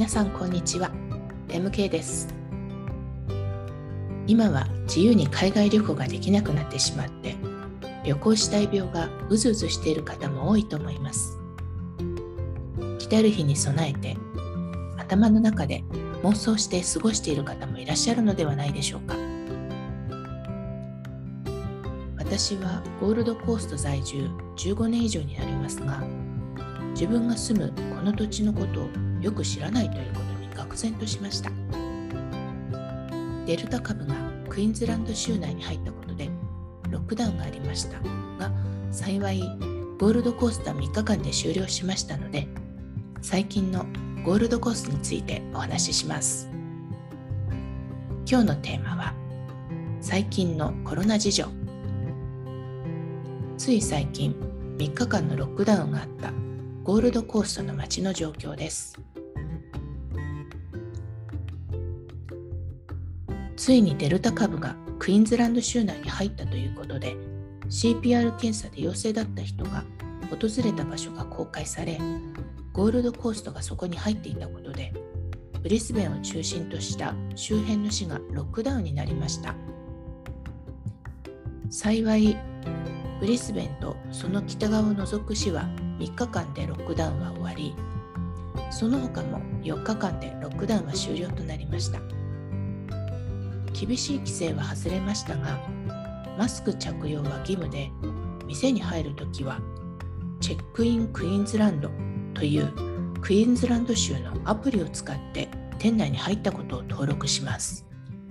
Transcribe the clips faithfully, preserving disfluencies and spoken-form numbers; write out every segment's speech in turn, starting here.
皆さんこんにちは。 エムケー です。今は自由に海外旅行ができなくなってしまって、旅行したい病がうずうずしている方も多いと思います。来たる日に備えて頭の中で妄想して過ごしている方もいらっしゃるのではないでしょうか。私はゴールドコースト在住じゅうごねん以上になりますが、自分が住むこの土地のことをよく知らないということに愕然としました。デルタ株がクイーンズランド州内に入ったことでロックダウンがありましたが、幸いゴールドコーストはみっかかんで終了しましたので、最近のゴールドコーストについてお話しします。今日のテーマは最近のコロナ事情。つい最近みっかかんのロックダウンがあったゴールドコーストの街の状況です。ついにデルタ株がクイーンズランド州内に入ったということで、 シーピーアール 検査で陽性だった人が訪れた場所が公開され、ゴールドコーストがそこに入っていたことで、ブリスベンを中心とした周辺の市がロックダウンになりました。幸いブリスベンとその北側を除く市はみっかかんでロックダウンは終わり、その他もよっかかんでロックダウンは終了となりました。厳しい規制は外れましたが、マスク着用は義務で、店に入るときはチェックインクイーンズランドというクイーンズランド州のアプリを使って店内に入ったことを登録します。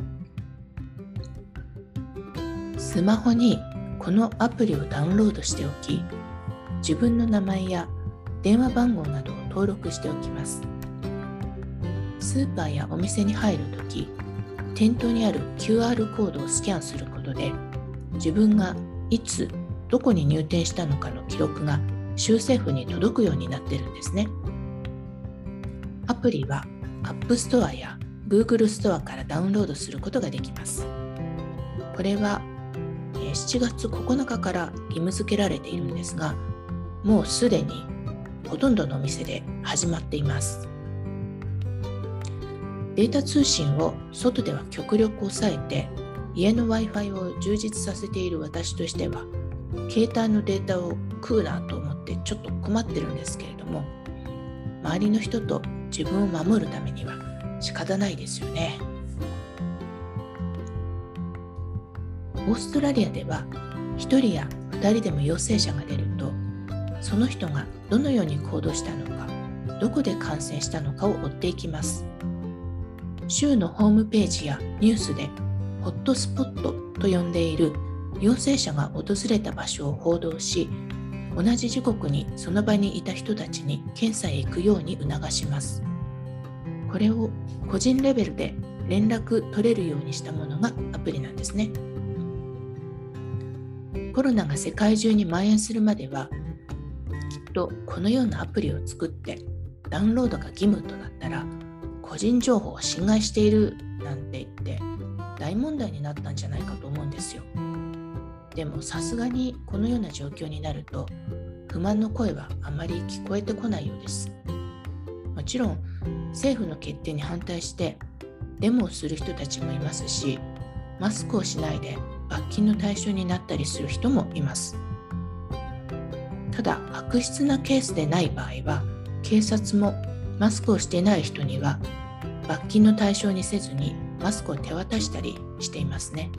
スマホにこのアプリをダウンロードしておき、自分の名前や電話番号などを登録しておきます。スーパーやお店に入るとき、店頭にある キューアール コードをスキャンすることで、自分がいつどこに入店したのかの記録が州政府に届くようになっているんですね。アプリは App Store や Google ストアからダウンロードすることができます。これはしちがつここのかから義務付けられているんですが、もうすでにほとんどのお店で始まっています。データ通信を外では極力抑えて、家の Wi-Fi を充実させている私としては、携帯のデータを食うなと思ってちょっと困ってるんですけれども、周りの人と自分を守るためには仕方ないですよね。オーストラリアではひとりやふたりでも陽性者が出ると、その人がどのように行動したのか、どこで感染したのかを追っていきます。州のホームページやニュースでホットスポットと呼んでいる陽性者が訪れた場所を報道し、同じ時刻にその場にいた人たちに検査へ行くように促します。これを個人レベルで連絡取れるようにしたものがアプリなんですね。コロナが世界中に蔓延するまでは、きっとこのようなアプリを作ってダウンロードが義務となったら、個人情報を侵害しているなんて言って大問題になったんじゃないかと思うんですよ。でもさすがにこのような状況になると、不満の声はあまり聞こえてこないようです。もちろん政府の決定に反対してデモをする人たちもいますし、マスクをしないで罰金の対象になったりする人もいます。ただ悪質なケースでない場合は、警察もマスクをしていない人には罰金の対象にせずにマスクを手渡したりしていますね。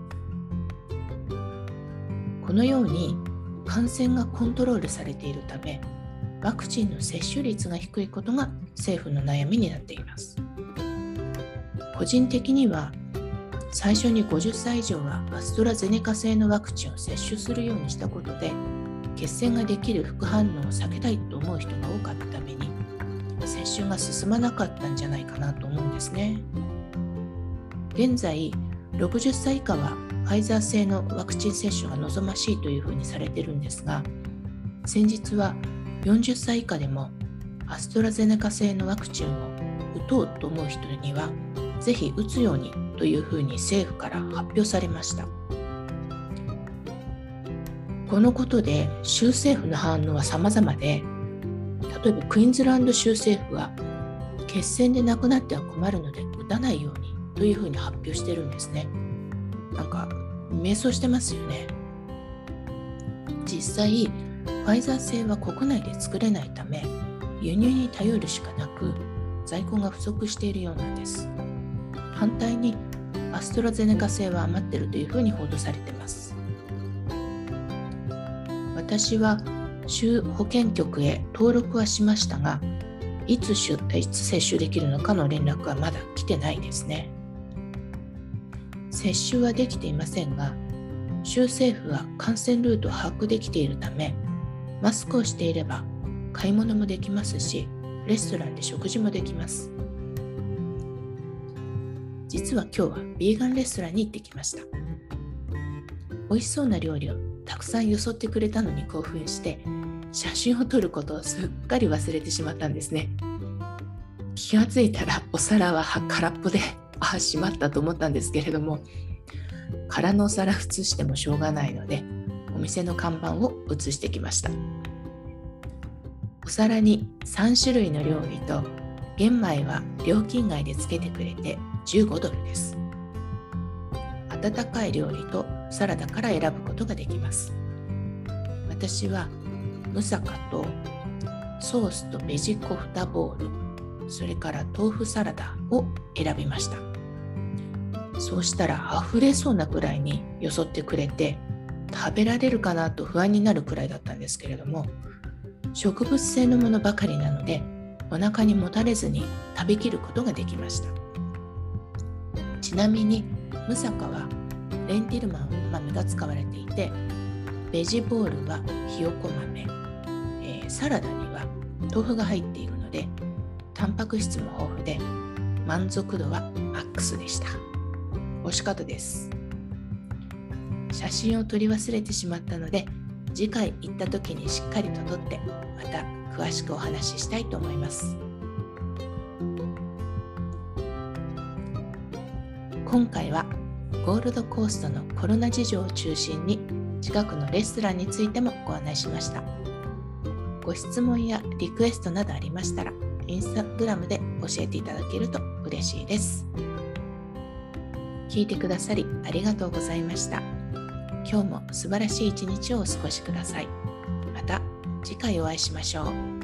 このように感染がコントロールされているため、ワクチンの接種率が低いことが政府の悩みになっています。個人的には最初にごじゅっさい以上はアストラゼネカ製のワクチンを接種するようにしたことで、血栓ができる副反応を避けたいと思う人が多かったために、接種が進まなかったんじゃないかなと思うんですね。現在ろくじゅっさい以下はファイザー製のワクチン接種が望ましいというふうにされているんですが、先日はよんじゅっさい以下でもアストラゼネカ製のワクチンを打とうと思う人にはぜひ打つようにというふうに政府から発表されました。このことで州政府の反応は様々で、例えばクイーンズランド州政府は血栓でなくなっては困るので打たないようにというふうに発表してるんですね。なんか迷走してますよね。実際ファイザー製は国内で作れないため輸入に頼るしかなく在庫が不足しているようなんです。反対にアストラゼネカ製は余っているというふうに報道されています。私は州保健局へ登録はしましたが、いつしゅいつ接種できるのかの連絡はまだ来てないですね。接種はできていませんが、州政府は感染ルートを把握できているため、マスクをしていれば買い物もできますし、レストランで食事もできます。実は今日はビーガンレストランに行ってきました。美味しそうな料理をたくさんよそってくれたのに興奮して、写真を撮ることをすっかり忘れてしまったんですね。気がついたらお皿は空っぽで、ああしまったと思ったんですけれども、空のお皿写してもしょうがないので、お店の看板を写してきました。お皿にさん種類の料理と玄米は料金外でつけてくれてじゅうごドルです。温かい料理とサラダから選ぶことができます。私はムサカとソースとベジコフタボール、それから豆腐サラダを選びました。そうしたら溢れそうなくらいによそってくれて、食べられるかなと不安になるくらいだったんですけれども、植物性のものばかりなのでお腹にもたれずに食べきることができました。ちなみにムサカはレンティルマン豆が使われていて、ベジボールはひよこ豆、えー、サラダには豆腐が入っているのでタンパク質も豊富で満足度はマックスでした。美味しかったです。写真を撮り忘れてしまったので、次回行った時にしっかりと撮ってまた詳しくお話ししたいと思います。今回はゴールドコーストのコロナ事情を中心に近くのレストランについてもご案内しました。ご質問やリクエストなどありましたらインスタグラムで教えていただけると嬉しいです。聞いてくださりありがとうございました。今日も素晴らしい一日をお過ごしください。また次回お会いしましょう。